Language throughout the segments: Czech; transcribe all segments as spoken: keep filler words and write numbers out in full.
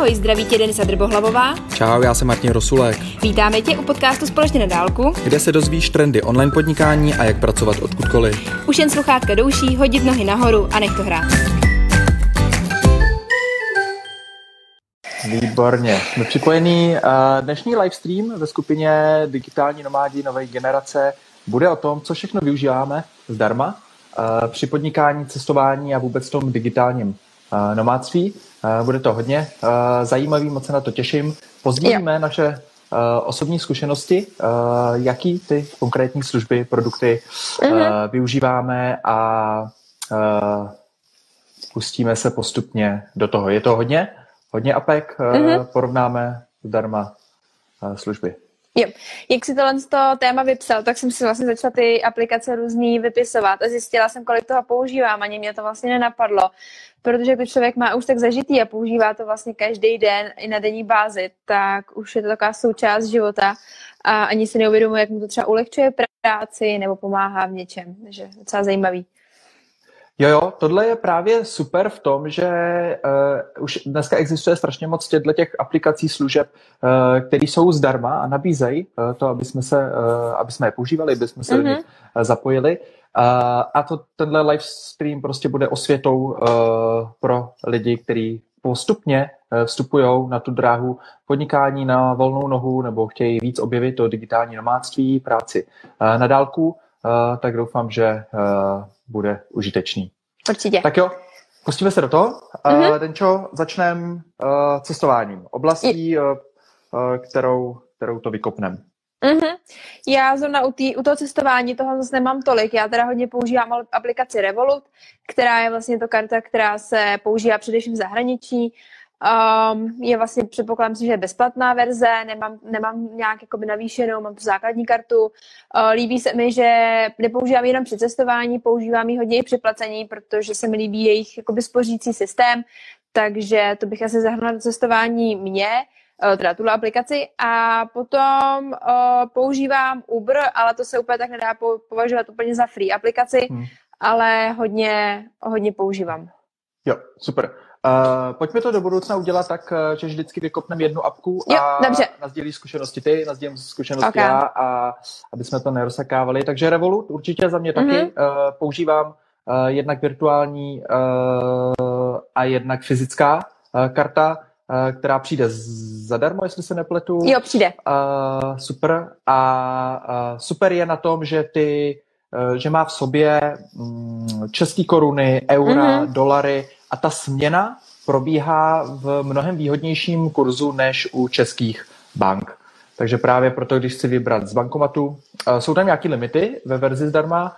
Ahoj, zdraví tě Denisa Drbohlavová. Čau, já jsem Martin Rosulek. Vítáme tě u podcastu Společně na dálku, kde se dozvíš trendy online podnikání a jak pracovat odkudkoliv. Už jen sluchátka do uší, hodit nohy nahoru a nech to hrát. Výborně. Jsme připojení. Dnešní livestream ve skupině Digitální nomádi nové generace bude o tom, co všechno využíváme zdarma při podnikání, cestování a vůbec tom digitálním nomádství. Bude to hodně zajímavý, moc se na to těším. Pozdílíme naše osobní zkušenosti, jaký ty konkrétní služby, produkty mm-hmm. využíváme a pustíme se postupně do toho. Je to hodně? Hodně apek, mm-hmm. porovnáme zdarma služby. Jo. Jak si tohle to téma vypsal, tak jsem si vlastně začala ty aplikace různý vypisovat a zjistila jsem, kolik toho používám. Ani mě to vlastně nenapadlo, protože když člověk má už tak zažitý a používá to vlastně každý den i na denní bázi, tak už je to taková součást života a ani si neuvědomuje, jak mu to třeba ulehčuje práci nebo pomáhá v něčem. Takže docela zajímavý. Jo, jo, tohle je právě super v tom, že uh, už dneska existuje strašně moc těchto těch aplikací služeb, uh, které jsou zdarma a nabízejí uh, to, aby jsme, se, uh, aby jsme je používali, aby jsme se mm-hmm. do nich uh, zapojili. Uh, a to tenhle live stream prostě bude osvětou uh, pro lidi, kteří postupně uh, vstupují na tu dráhu podnikání na volnou nohu nebo chtějí víc objevit to digitální nomádství, práci uh, na dálku. Uh, tak doufám, že uh, bude užitečný. Určitě. Tak jo, pustíme se do toho. Mm-hmm. Uh, Denčo, začneme uh, cestováním. Oblastí, uh, uh, kterou, kterou to vykopneme. Mm-hmm. Já zrovna u, tý, u toho cestování toho zase nemám tolik. Já teda hodně používám aplikaci Revolut, která je vlastně to karta, která se používá především v zahraničí. Um, je vlastně, předpokládám si, že je bezplatná verze, nemám, nemám nějak jakoby navýšenou, mám tu základní kartu. Uh, líbí se mi, že nepoužívám jenom při cestování, používám ji hodně i při placení, protože se mi líbí jejich jakoby spořící systém, takže to bych asi zahrnula do cestování mě, uh, teda tuhle aplikaci. A potom uh, používám Uber, ale to se úplně tak nedá považovat úplně za free aplikaci, hmm. ale hodně, hodně používám. Jo, super. Uh, pojďme to do budoucna udělat tak, že vždycky vykopneme jednu apku a jo, nasdělíš zkušenosti ty, nasdělím zkušenosti okay. já, a aby jsme to nerozsekávali. Takže Revolut určitě za mě taky. Mm-hmm. Uh, používám uh, jednak virtuální uh, a jednak fyzická uh, karta, uh, která přijde zadarmo, jestli se nepletu. Jo, přijde. Uh, super. A uh, super je na tom, že ty že má v sobě české koruny, eura, mm-hmm. dolary a ta směna probíhá v mnohem výhodnějším kurzu než u českých bank. Takže právě proto, když chci vybrat z bankomatu, jsou tam nějaké limity ve verzi zdarma,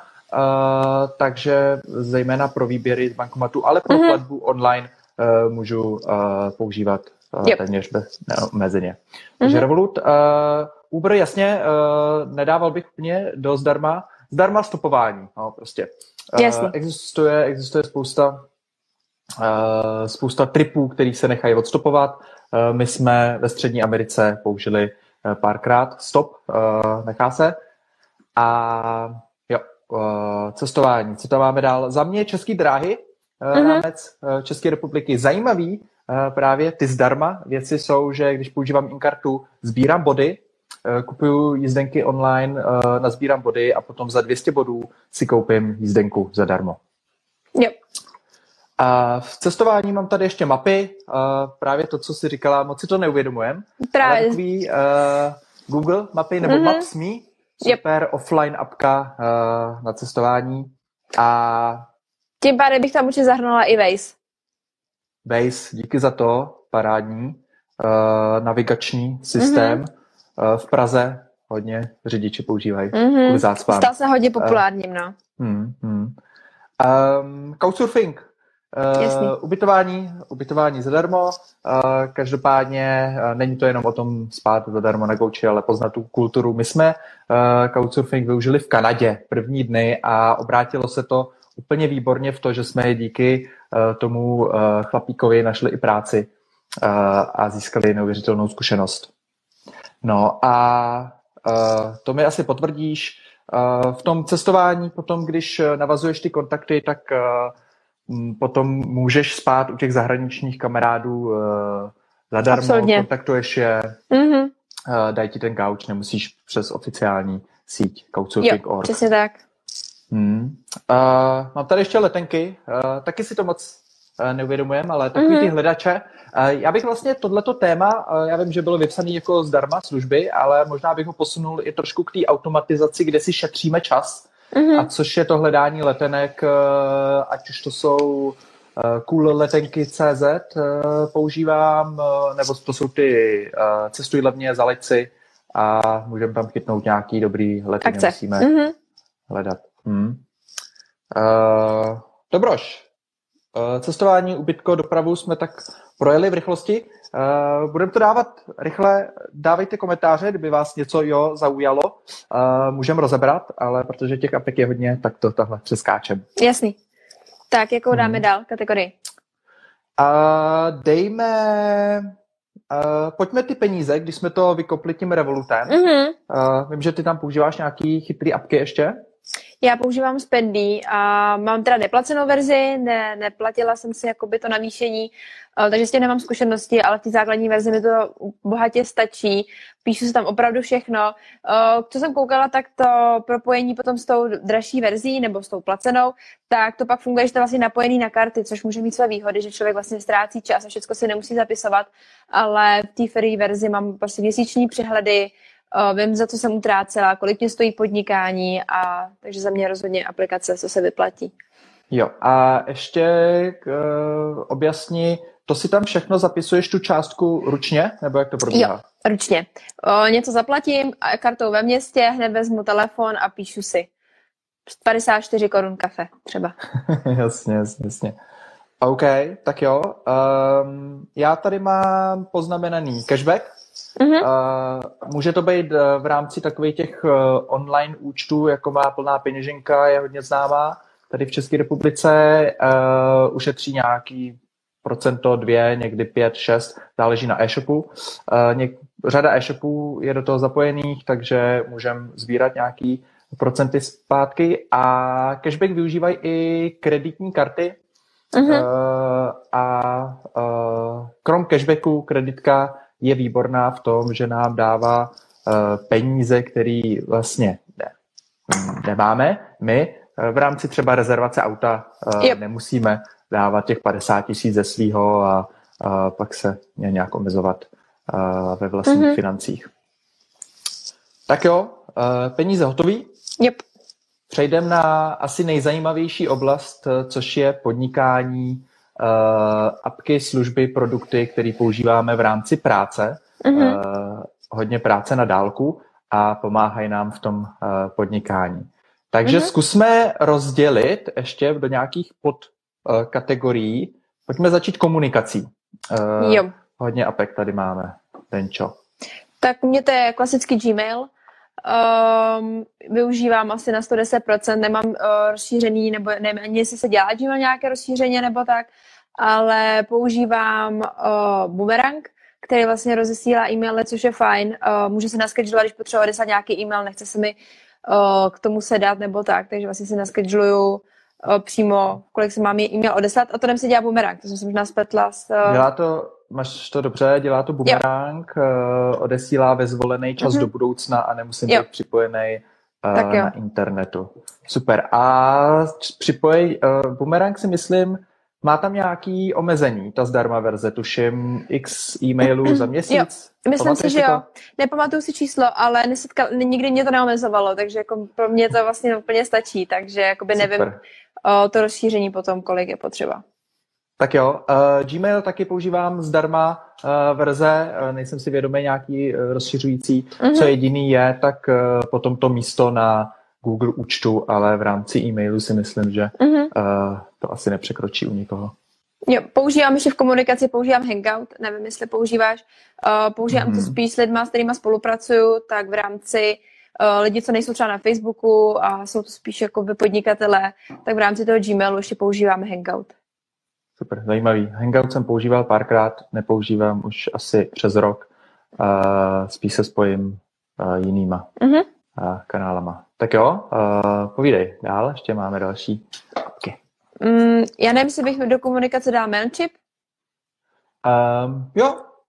takže zejména pro výběry z bankomatu, ale pro mm-hmm. platbu online můžu používat yep. téměř bez omezeně. Mm-hmm. Takže Revolut, Uber jasně, nedával bych úplně do zdarma, zdarma stopování, no, prostě. Uh, existuje, existuje spousta, uh, spousta tripů, který se nechají odstopovat. Uh, my jsme ve Střední Americe použili uh, párkrát stop, uh, nechá se. A jo, uh, cestování, co tam máme dál? Za mě České dráhy, uh, uh-huh. rámec uh, České republiky, zajímavý. Uh, právě ty zdarma věci jsou, že když používám inkartu, sbírám body, kupuju jízdenky online, nazbírám body a potom za dvě stě bodů si koupím jízdenku zadarmo. Jo. A v cestování mám tady ještě mapy, právě to, co jsi říkala, moc si to neuvědomujem. Právě. Ale takový uh, Google mapy nebo mm-hmm. Maps.me, super yep. offline apka uh, na cestování. A tím pádem bych tam určitě zahrnula i Waze. Waze, díky za to, parádní uh, navigační systém. Mm-hmm. V Praze hodně řidiči používají mm-hmm. kvůli zácpám. Stal se hodně populárním, no. Hmm, hmm. Um, Couchsurfing. Uh, ubytování, ubytování zadarmo. Uh, každopádně uh, není to jenom o tom spát zadarmo na gauči, ale poznat tu kulturu. My jsme uh, Couchsurfing využili v Kanadě první dny a obrátilo se to úplně výborně v to, že jsme díky uh, tomu uh, chlapíkovi našli i práci uh, a získali neuvěřitelnou zkušenost. No a uh, to mi asi potvrdíš. Uh, v tom cestování potom, když navazuješ ty kontakty, tak uh, potom můžeš spát u těch zahraničních kamarádů uh, zadarmo, Absolutně. kontaktuješ je, Mm-hmm. dají ti ten gauč, nemusíš přes oficiální síť couchsurfing tečka Jo, org. přesně tak. Hmm. Uh, mám tady ještě letenky, uh, taky si to moc uh, neuvědomujeme, ale takový mm-hmm. ty hledače. Uh, já bych vlastně tohleto téma, uh, já vím, že bylo vypsané jako zdarma služby, ale možná bych ho posunul i trošku k té automatizaci, kde si šetříme čas, mm-hmm. a což je to hledání letenek, uh, ať už to jsou uh, cool letenky tečka cé zet, uh, používám, uh, nebo to jsou ty uh, cestuj levně, zaleď si a můžeme tam chytnout nějaký dobrý lety, nemusíme mm-hmm. hledat. Hmm. Uh, Dobroš, uh, cestování, ubytko, dopravu jsme tak projeli v rychlosti. Uh, budeme to dávat rychle, dávejte komentáře, kdyby vás něco jo zaujalo. Uh, můžeme rozebrat, ale protože těch apek je hodně, tak to tahle přeskáčem. Jasný. Tak, jakou dáme hmm. dál kategorii? Uh, dejme... Uh, pojďme ty peníze, když jsme to vykopli tím Revolutem. Mm-hmm. Uh, vím, že ty tam používáš nějaký chytrý apky ještě. Já používám Spendy a mám teda neplacenou verzi, ne, neplatila jsem si jakoby to navýšení, takže s tím nemám zkušenosti, ale v té základní verzi mi to bohatě stačí. Píšu si tam opravdu všechno. Co jsem koukala, tak to propojení potom s tou dražší verzí nebo s tou placenou, tak to pak funguje, že to je vlastně napojený na karty, což může mít své výhody, že člověk vlastně ztrácí čas a všechno si nemusí zapisovat, ale v té free verzi mám prostě měsíční přehledy, Uh, vím, za co jsem utrácela, kolik mě stojí podnikání, a takže za mě rozhodně aplikace, co se vyplatí. Jo, a ještě uh, objasni, to si tam všechno zapisuješ tu částku ručně, nebo jak to probíhá? Jo, ručně. Uh, něco zaplatím a kartou ve městě, hned vezmu telefon a píšu si. padesát čtyři korun kafe třeba. jasně, jasně, jasně. OK, tak jo. Um, já tady mám poznamenaný cashback. Mm-hmm. Uh, může to být uh, v rámci takových těch uh, online účtů, jako má Plná peněženka, je hodně známá. Tady v České republice uh, ušetří nějaký procento, dvě, někdy pět, šest, záleží na e-shopu. Uh, něk- řada e-shopů je do toho zapojených, takže můžeme sbírat nějaký procenty zpátky a cashback využívají i kreditní karty. Mm-hmm. Uh, a uh, krom cashbacku kreditka je výborná v tom, že nám dává uh, peníze, které vlastně ne, nemáme. My v rámci třeba rezervace auta uh, yep. nemusíme dávat těch padesát tisíc ze svýho a, a pak se nějak omezovat uh, ve vlastních mm-hmm. financích. Tak jo, uh, peníze hotový. Yep. Přejdeme na asi nejzajímavější oblast, což je podnikání, uh, apky, služby, produkty, které používáme v rámci práce. Mm-hmm. Uh, hodně práce na dálku a pomáhají nám v tom uh, podnikání. Takže mm-hmm. zkusme rozdělit ještě do nějakých podkategorií. Uh, Pojďme začít komunikací. Uh, jo. Hodně apek tady máme. Denčo. Tak u mě to je klasický Gmail. Um, využívám asi na sto deset procent, nemám uh, rozšířený, nebo nevím ani jestli se dělá Gmail nějaké rozšíření nebo tak, ale používám uh, Boomerang, který vlastně rozesílá e-maily, což je fajn. Uh, můžu si naschedulovat, když potřebuji odeslat nějaký e-mail, nechce se mi uh, k tomu sedat nebo tak, takže vlastně si nascheduluju uh, přímo, kolik se mám e-mail odeslat, a to nem se dělá Boomerang, to jsem si možná spletla. S, uh... Dělá to, máš to dobře, dělá to Boomerang, uh, odesílá ve zvolený čas mm-hmm. do budoucna a nemusím jo. být připojený uh, na internetu. Super. A připoj, uh, Boomerang si myslím, má tam nějaký omezení, ta zdarma verze, tuším x e-mailů za měsíc. Jo. Myslím si, že jo. Nepamatuju si číslo, ale nesetkal, nikdy mě to neomezovalo, takže jako pro mě to vlastně úplně stačí, takže jakoby nevím o to rozšíření potom, kolik je potřeba. Tak jo, uh, Gmail taky používám zdarma uh, verze, uh, nejsem si vědomý nějaký uh, rozšiřující, mm-hmm. co jediný je, tak uh, potom to místo na Google účtu, ale v rámci e-mailu si myslím, že mm-hmm. uh, to asi nepřekročí u nikoho. Jo, používám ještě v komunikaci, používám Hangout, nevím, jestli používáš, uh, používám mm-hmm. to spíš s lidma, s kterýma spolupracuju, tak v rámci uh, lidí, co nejsou třeba na Facebooku a jsou to spíš jako podnikatelé, tak v rámci toho Gmailu ještě používáme Hangout. Super, zajímavý. Hangout jsem používal párkrát, nepoužívám už asi přes rok, uh, spíš se spojím uh, jinýma mm-hmm. uh, kanálama. Tak jo, uh, povídej dál, ještě máme další apky. Mm, já nevím, jestli bych do komunikace dal Mailchimp. Um, jo,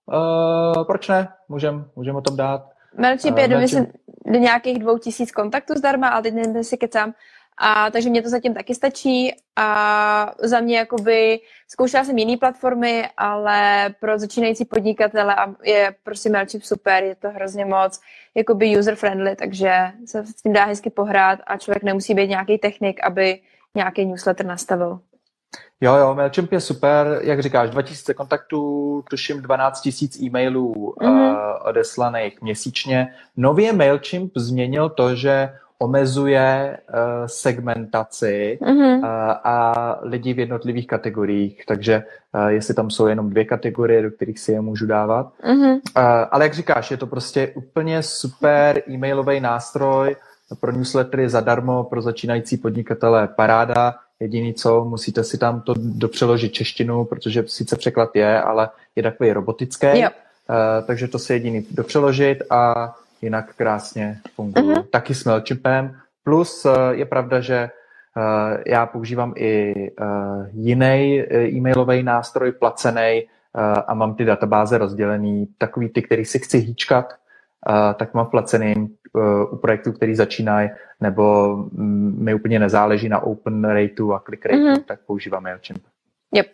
uh, proč ne? Můžem, můžem o tom dát. MailChimp je, uh, myslím, do nějakých dvou tisíc kontaktů zdarma, ale teď nevím, si kecám. A takže mě to zatím taky stačí a za mě jakoby zkoušela jsem jiné platformy, ale pro začínající podnikatele je prostě MailChimp super, je to hrozně moc jakoby user-friendly, takže se s tím dá hezky pohrát a člověk nemusí být nějaký technik, aby nějaký newsletter nastavil. Jo, jo, MailChimp je super, jak říkáš, dva tisíce kontaktů, tuším dvanáct tisíc e-mailů mm-hmm. uh, odeslaných měsíčně. Nově MailChimp změnil to, že omezuje uh, segmentaci mm-hmm. uh, a lidi v jednotlivých kategoriích, takže uh, jestli tam jsou jenom dvě kategorie, do kterých si je můžu dávat. Mm-hmm. Uh, ale jak říkáš, je to prostě úplně super e-mailový nástroj pro newslettery zadarmo, pro začínající podnikatele paráda. Jediný co, musíte si tam to dopřeložit češtinu, protože sice překlad je, ale je takový robotický, yep. uh, takže to si jediný dopřeložit a jinak krásně funguje. Uh-huh. Taky s MailChimpem. Plus uh, je pravda, že uh, já používám i uh, jiný e-mailový nástroj, placený, uh, a mám ty databáze rozdělený. Takový ty, který si chci hýčkat, uh, tak mám placeným uh, u projektů, který začínají, nebo um, mi úplně nezáleží na open rateu a click rateu, uh-huh. tak používám MailChimp. Yep.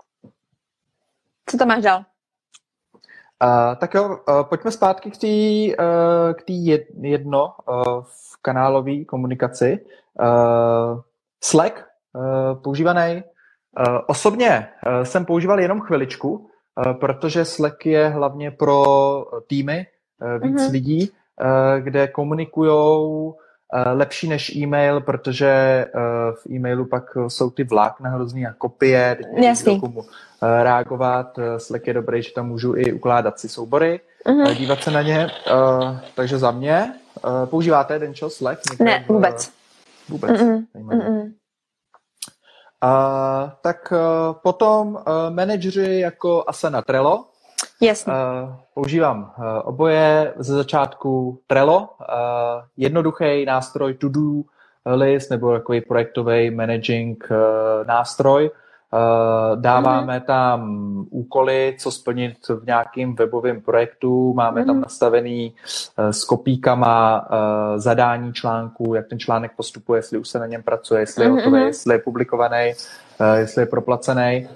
Co tam máš dál? Uh, tak jo, uh, pojďme zpátky k té uh, k té jedno uh, v kanálové komunikaci. Uh, Slack, uh, používaný. Uh, osobně uh, jsem používal jenom chviličku, uh, protože Slack je hlavně pro týmy, uh, víc mm-hmm. lidí, uh, kde komunikujou Uh, lepší než e-mail, protože uh, v e-mailu pak jsou ty vlákna hrozný a kopie, teď komu uh, reagovat. Uh, Slack je dobrý, že tam můžu i ukládat si soubory, uh-huh. uh, dívat se na ně. Uh, takže za mě. Uh, používáte, Denčo, Slack? Ne, v, vůbec. Vůbec. Uh-uh. Uh-uh. Uh, tak uh, potom uh, manažeři jako Asana, Trello. Jasně. Uh, používám uh, oboje ze začátku Trello, uh, jednoduchý nástroj to-do list nebo takový projektový managing uh, nástroj. Uh, dáváme mm-hmm. tam úkoly, co splnit v nějakém webovém projektu, máme mm-hmm. tam nastavený uh, s kopíkama uh, zadání článku, jak ten článek postupuje, jestli už se na něm pracuje, jestli je mm-hmm. hotový, jestli je publikovaný, uh, jestli je proplacený.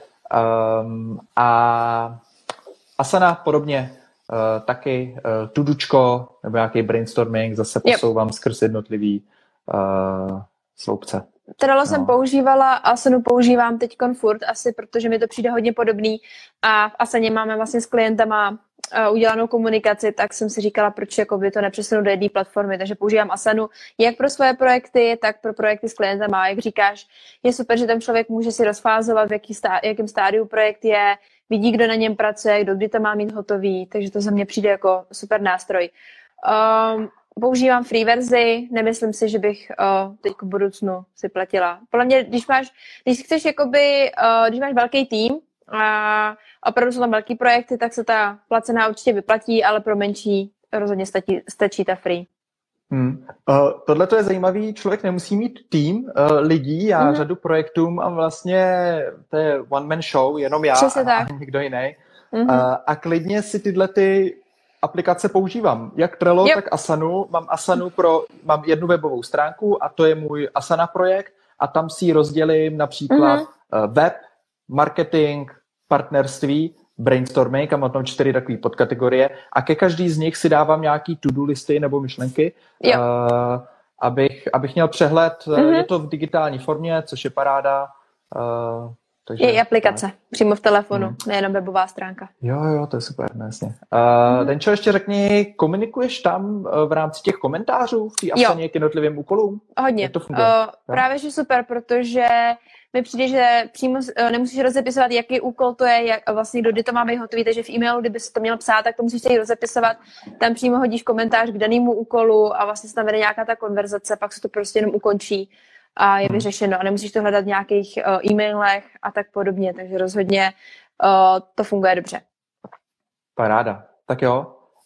Um, a Asana podobně, uh, taky uh, tudučko nebo nějaký brainstorming, zase posouvám yep. skrz jednotlivý uh, sloupce. Trello no. jsem používala, Asanu používám teďkon furt asi, protože mi to přijde hodně podobný a v Asaně máme vlastně s klientama uh, udělanou komunikaci, tak jsem si říkala, proč jakoby to nepřesunu do jedné platformy, takže používám Asanu jak pro svoje projekty, tak pro projekty s klientama. Jak říkáš, je super, že tam člověk může si rozfázovat, v jaký stá, jakém stádiu projekt je, vidí, kdo na něm pracuje, kdo kdy to má mít hotový, takže to za mě přijde jako super nástroj. Um, používám free verzi, nemyslím si, že bych uh, teď v budoucnu si platila. Podle mě, když máš, když chceš jakoby, uh, když máš velký tým a opravdu jsou tam velký projekty, tak se ta placená určitě vyplatí, ale pro menší rozhodně stačí, stačí ta free. Hmm. Uh, Tohle to je zajímavý, člověk nemusí mít tým uh, lidí, já mm-hmm. řadu projektů mám vlastně, to je one man show, jenom já a, a nikdo jiný. Mm-hmm. Uh, a klidně si tyhle ty aplikace používám. Jak Trello, yep. tak Asanu. Mám Asanu pro, mám jednu webovou stránku a to je můj Asana projekt a tam si rozdělím například mm-hmm. uh, web, marketing, partnerství, brainstorming a mám tam čtyři takové podkategorie a ke každý z nich si dávám nějaký to-do listy nebo myšlenky, uh, abych, abych měl přehled. Mm-hmm. Je to v digitální formě, což je paráda. Uh, takže, je i aplikace, tak. Přímo v telefonu, mm. nejenom webová stránka. Jo, jo, to je super, jasně. Uh, mm. Denčo, ještě řekni, komunikuješ tam uh, v rámci těch komentářů v té Asaně k jednotlivým úkolům? Hodně. Jak to funguje? Uh, právě, že super, protože mi přijde, že přímo uh, nemusíš rozepisovat, jaký úkol to je, jak, vlastně kdo kdy to má být hotový, takže v e-mailu, kdyby se to měl psát, tak to musíš tady rozepisovat. Tam přímo hodíš komentář k danému úkolu a vlastně se tam vede nějaká ta konverzace, pak se to prostě jenom ukončí a je vyřešeno a nemusíš to hledat v nějakých uh, e-mailech a tak podobně, takže rozhodně uh, to funguje dobře. Paráda. Tak jo.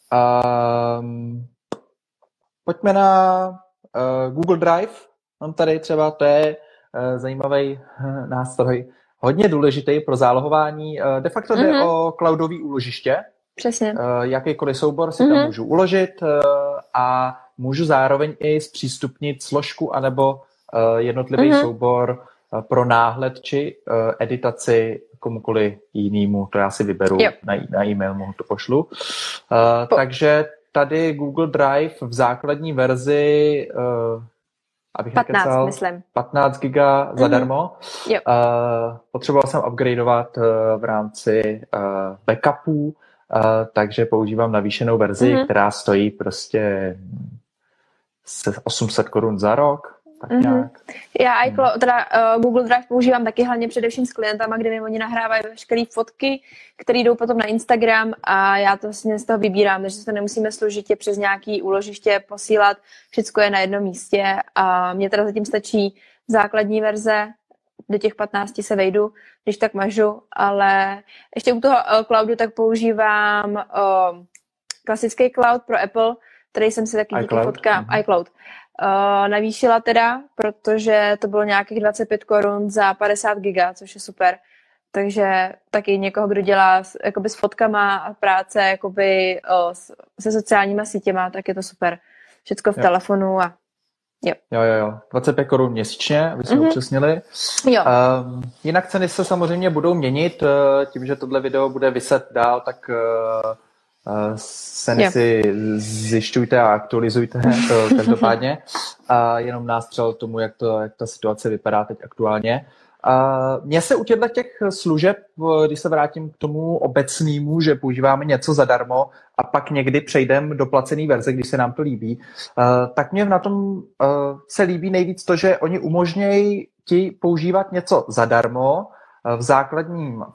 Um, pojďme na uh, Google Drive. Mám tady třeba, to je uh, zajímavý uh, nástroj, hodně důležitý pro zálohování. Uh, de facto jde mm-hmm. o cloudové úložiště. Přesně. Jakýkoliv soubor si mm-hmm. tam můžu uložit a můžu zároveň i zpřístupnit složku anebo jednotlivý mm-hmm. soubor pro náhled či editaci komukoliv jinému. To já si vyberu na, na e-mail, mu to pošlu. Po... Takže tady Google Drive v základní verzi abych patnáct, nekecal, myslím. patnáct giga zadarmo. Mm-hmm. Uh, potřeboval jsem upgradeovat uh, v rámci uh, backupů, uh, takže používám navýšenou verzi, mm-hmm. která stojí prostě osm set korun za rok. Tak mm-hmm. nějak. Já iCloud, teda uh, Google Drive používám taky hlavně především s klientama, kde mi oni nahrávají veškeré fotky, které jdou potom na Instagram a já to vlastně z toho vybírám, takže se to nemusíme složitě přes nějaký úložiště posílat, všechno je na jednom místě a mně teda zatím stačí základní verze, do těch patnácti se vejdu, když tak mažu, ale ještě u toho uh, cloudu tak používám uh, klasický cloud pro Apple, který jsem si taky díky fotkám, mm-hmm. iCloud. Uh, navýšila teda, protože to bylo nějakých dvacet pět korun za padesát giga, což je super. Takže taky někoho, kdo dělá s, jakoby s fotkama a práce jakoby, o, s, se sociálníma sítěma, tak je to super. Všecko v jo. telefonu a jo. Jo, jo, jo. dvacet pět korun měsíčně, aby jsme mm-hmm. upřesnili. Jo. Um, jinak ceny se samozřejmě budou měnit. Tím, že tohle video bude vyset dál, tak uh, ceny si zjišťujte a aktualizujte to každopádně. A jenom nástřel tomu, jak, to, jak ta situace vypadá teď aktuálně. Mně se u těchto těch služeb, když se vrátím k tomu obecnému, že používáme něco zadarmo a pak někdy přejdeme do placené verze, když se nám to líbí, tak mě na tom se líbí nejvíc to, že oni umožňují ti používat něco zadarmo v základním,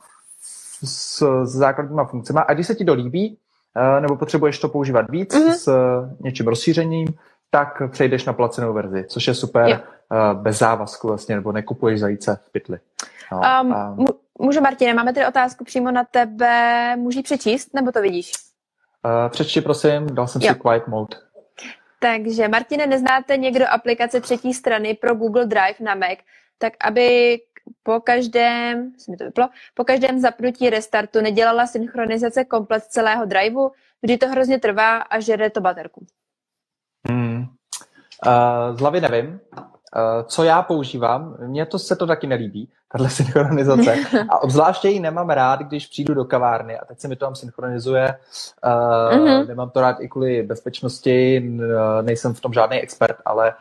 s, s základníma funkcemi a když se ti to líbí, nebo potřebuješ to používat víc mm-hmm. s něčím rozšířením, tak přejdeš na placenou verzi, což je super, jo. bez závazku vlastně, nebo nekupuješ zajíce v pytli. No, um, a... Můžu, Martine, máme tady otázku přímo na tebe, můžu ji přečíst, nebo to vidíš? Uh, přečti, prosím, dal jsem jo. si quiet mode. Takže, Martine, neznáte někdo aplikace třetí strany pro Google Drive na Mac, tak aby po každém, mi to vyplo, po každém zapnutí restartu nedělala synchronizace komplet celého driveu, kdy to hrozně trvá a žere to baterku. Hmm. Uh, z hlavy nevím. Uh, co já používám, mně to se to taky nelíbí, tahle synchronizace. A obzvláště ji nemám rád, když přijdu do kavárny a teď se mi to tam synchronizuje. Uh, mm-hmm. Nemám to rád i kvůli bezpečnosti, nejsem v tom žádný expert, ale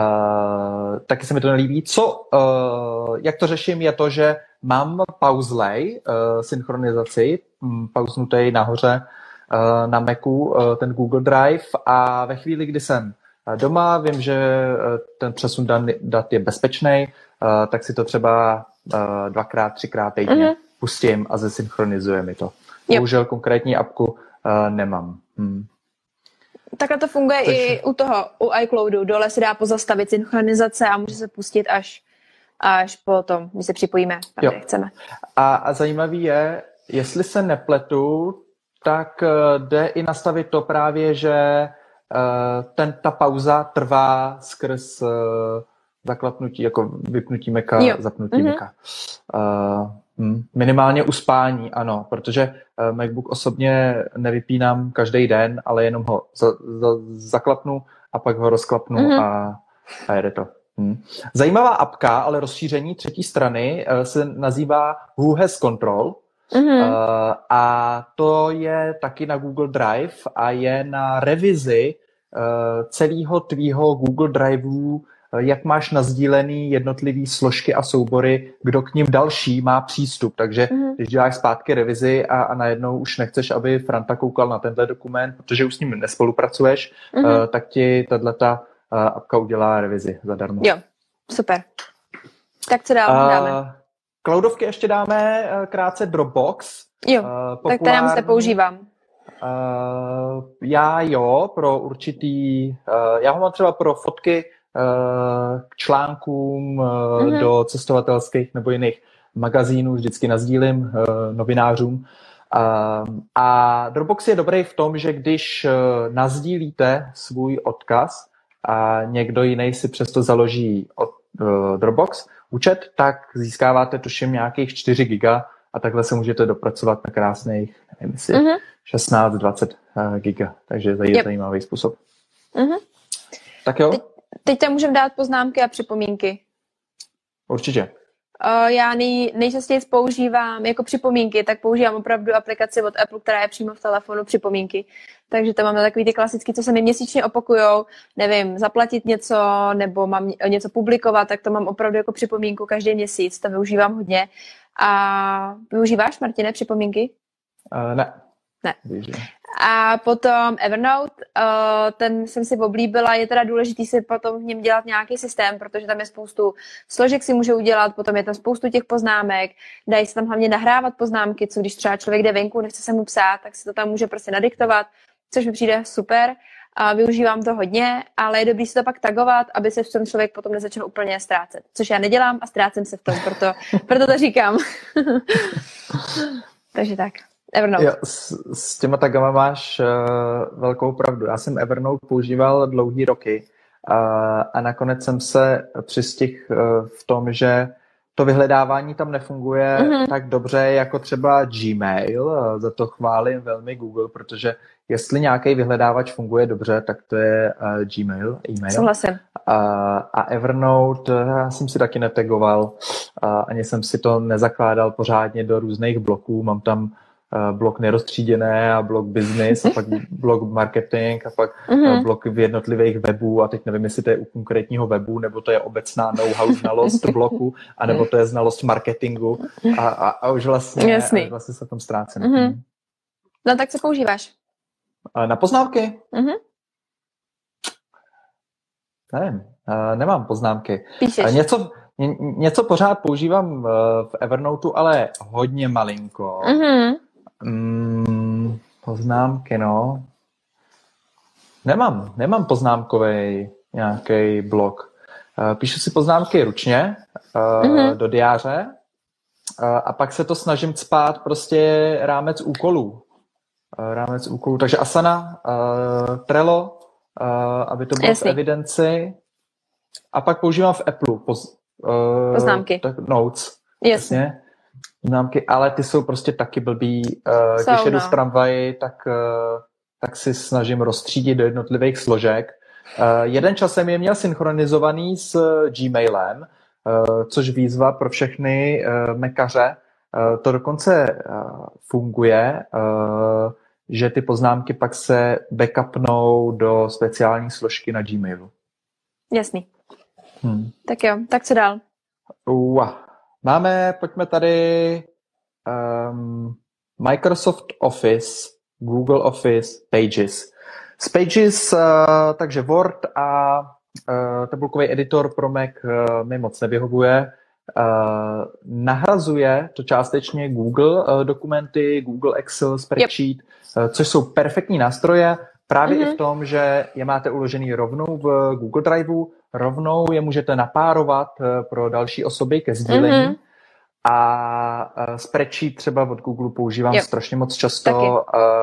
Uh, taky se mi to nelíbí. Co, uh, jak to řeším, je to, že mám pauzlej uh, synchronizaci, um, pauznutej nahoře uh, na Macu, uh, ten Google Drive a ve chvíli, kdy jsem doma, vím, že uh, ten přesun dat je bezpečný, uh, tak si to třeba uh, dvakrát, třikrát týdně mm-hmm. pustím a zesynchronizuje mi to. Bohužel konkrétní apku uh, nemám. Hmm. Takhle to funguje Takže... i u toho, u iCloudu. Dole si dá pozastavit synchronizace a může se pustit až, až potom, když se připojíme, tam, kde chceme. A, a zajímavý je, jestli se nepletu, tak uh, jde i nastavit to právě, že uh, ten, ta pauza trvá skrz uh, zaklapnutí, jako vypnutí Maca, jo. zapnutí mm-hmm. Maca. Uh, Hmm, minimálně uspání, ano, protože uh, MacBook osobně nevypínám každý den, ale jenom ho za, za, zaklapnu a pak ho rozklapnu mm-hmm. a, a jede to. Hmm. Zajímavá apka, ale rozšíření třetí strany uh, se nazývá Who Has Control mm-hmm. uh, a to je taky na Google Drive a je na revizi uh, celého tvýho Google Driveu, jak máš nasdílený jednotlivý složky a soubory, kdo k ním další má přístup. Takže mm-hmm. když děláš zpátky revizi a, a najednou už nechceš, aby Franta koukal na tenhle dokument, protože už s ním nespolupracuješ, mm-hmm. uh, tak ti tato uh, apka udělá revizi zadarmo. Jo, super. Tak co dál uh, dáme? Cloudovky ještě dáme uh, krátce Dropbox. Jo, uh, tak teda se používám. Uh, já jo, pro určitý... Uh, já ho mám třeba pro fotky k článkům mm-hmm. do cestovatelských nebo jiných magazínů, vždycky nasdílím novinářům. A Dropbox je dobrý v tom, že když nasdílíte svůj odkaz a někdo jiný si přesto založí od Dropbox účet, tak získáváte tuším nějakých čtyři giga a takhle se můžete dopracovat na krásných, nevím jestli, mm-hmm. šestnáct dvacet giga, takže to je yep. zajímavý způsob. Mm-hmm. Tak jo. Teď, teď tam můžeme dát poznámky a připomínky. Určitě. Uh, já nej, nejčastěji používám jako připomínky, tak používám opravdu aplikaci od Apple, která je přímo v telefonu, připomínky. Takže tam máme takový ty klasický, co se mi měsíčně opakujou, nevím, zaplatit něco, nebo mám něco publikovat, tak to mám opravdu jako připomínku každý měsíc, to využívám hodně. A využíváš, Martine, připomínky? Uh, ne. Ne. A potom Evernote, uh, ten jsem si oblíbila, je teda důležitý si potom v něm dělat nějaký systém, protože tam je spoustu složek si může udělat, potom je tam spoustu těch poznámek, dají se tam hlavně nahrávat poznámky, co když třeba člověk jde venku, nechce se mu psát, tak si to tam může prostě nadiktovat, což mi přijde super. A využívám to hodně, ale je dobrý si to pak tagovat, aby se v tom člověk potom nezačal úplně ztrácet. Což já nedělám a ztrácím se v tom, proto, proto to říkám. Takže tak. Evernote. Jo, s, s těma tagama máš uh, velkou pravdu. Já jsem Evernote používal dlouhý roky uh, a nakonec jsem se přistihl uh, v tom, že to vyhledávání tam nefunguje mm-hmm. tak dobře jako třeba Gmail. Uh, za to chválím velmi Google, protože jestli nějaký vyhledávač funguje dobře, tak to je uh, Gmail, e-mail. Souhlasím. Uh, a Evernote uh, já jsem si taky netagoval. Uh, ani jsem si to nezakládal pořádně do různých bloků. Mám tam blok neroztříděné a blok business a pak blok marketing a pak mm-hmm. blok v jednotlivých webů a teď nevím, jestli to je u konkrétního webu, nebo to je obecná know-how znalost bloku, anebo to je znalost marketingu a, a, a už vlastně, a vlastně se tam ztrácím. Mm-hmm. No tak co používáš? Na poznámky? Mm-hmm. Nevím, nemám poznámky. Píšeš? Něco, ně, něco pořád používám v Evernoteu, ale hodně malinko. Mm-hmm. Mm, poznámky, no. Nemám, nemám poznámkový nějaký blok. Uh, píšu si poznámky ručně uh, mm-hmm. do diáře uh, a pak se to snažím cpát prostě rámec úkolů. Uh, rámec úkolů. Takže Asana, uh, Trello, uh, aby to bylo Jasný. v evidenci. A pak používám v Apple poz, uh, poznámky. Tak, notes. Jasně. Známky, ale ty jsou prostě taky blbý. Uh, jsou, když jedu no. v tramvaji, tak, uh, tak si snažím rozstřídit do jednotlivých složek. Uh, jeden čas jsem je měl synchronizovaný s Gmailem, uh, což výzva pro všechny uh, mekaře. Uh, to dokonce uh, funguje, uh, že ty poznámky pak se backupnou do speciální složky na Gmailu. Jasný. Hmm. Tak jo, tak co dál? Uh. Máme, pojďme tady um, Microsoft Office, Google Office, Pages. Z Pages, uh, takže Word a uh, tabulkový editor pro Mac uh, mi moc nevyhovuje. Uh, nahrazuje to částečně Google uh, dokumenty, Google Excel, Spreadsheet, yep. uh, což jsou perfektní nástroje, právě mm-hmm. i v tom, že je máte uložený rovnou v Google Driveu, rovnou je můžete napárovat pro další osoby ke sdílení. Mm-hmm. A spreadsheet třeba od Google používám yep. strašně moc často, uh,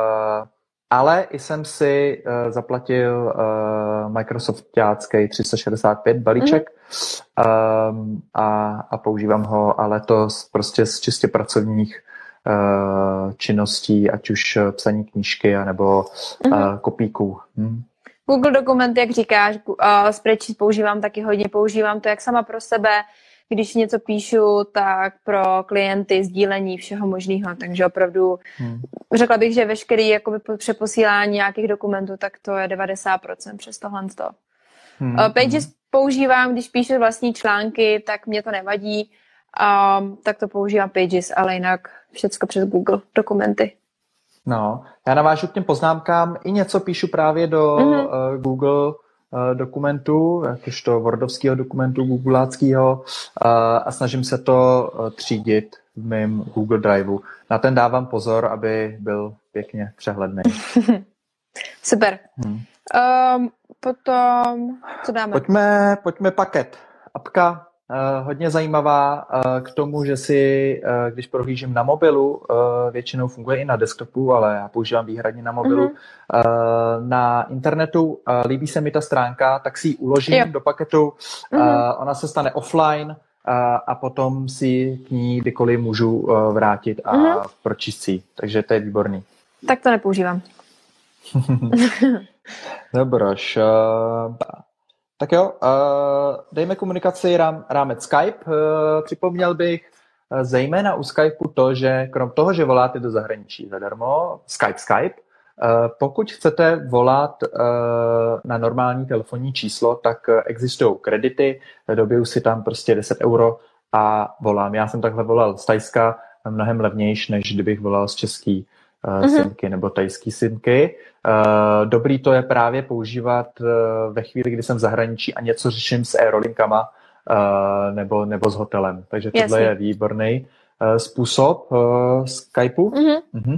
ale i jsem si uh, zaplatil uh, Microsoftácký tři sta šedesát pět balíček mm-hmm. um, a, a používám ho, ale to prostě z čistě pracovních uh, činností, ať už psaní knížky, anebo mm-hmm. uh, kopíků. Hm. Google dokumenty, jak říkáš, uh, spreadsheet používám taky hodně, používám to jak sama pro sebe, když něco píšu, tak pro klienty sdílení všeho možného, takže opravdu hmm. řekla bych, že veškerý jakoby přeposílání nějakých dokumentů, tak to je devadesát procent přes tohle. Hmm. Uh, Pages hmm. používám, když píšu vlastní články, tak mě to nevadí, um, tak to používám Pages, ale jinak všecko přes Google dokumenty. No, já navážu k těm poznámkám, i něco píšu právě do mm-hmm. uh, Google uh, dokumentu, jakožto wordovského dokumentu, googleáckého uh, a snažím se to uh, třídit v mém Google Driveu. Na ten dávám pozor, aby byl pěkně přehledný. Super. Hmm. Um, potom, co dáme? Pojďme, pojďme paket. Apka. Uh, hodně zajímavá uh, k tomu, že si, uh, když prohlížím na mobilu, uh, většinou funguje i na desktopu, ale já používám výhradně na mobilu, mm-hmm. uh, na internetu, uh, líbí se mi ta stránka, tak si ji uložím jo. do paketu, uh, mm-hmm. ona se stane offline, a, a potom si k ní kdykoliv můžu uh, vrátit a mm-hmm. pročíst si. Takže to je výborný. Tak to nepoužívám. Dobroš. Uh, tak jo, uh, dejme komunikaci rám, rámec Skype. Uh, připomněl bych uh, zejména u Skypeu to, že krom toho, že voláte do zahraničí zadarmo, Skype, Skype, uh, pokud chcete volat uh, na normální telefonní číslo, tak uh, existují kredity, dobiju si tam prostě deset euro a volám. Já jsem takhle volal z Tajska, mnohem levnější, než kdybych volal z český uh, simky nebo tajský simky. Uh, dobrý to je právě používat uh, ve chvíli, kdy jsem v zahraničí a něco řeším s aerolinkama uh, nebo, nebo s hotelem. Takže tohle Jasně. je výborný uh, způsob uh, Skypeu. Mm-hmm. Mm-hmm.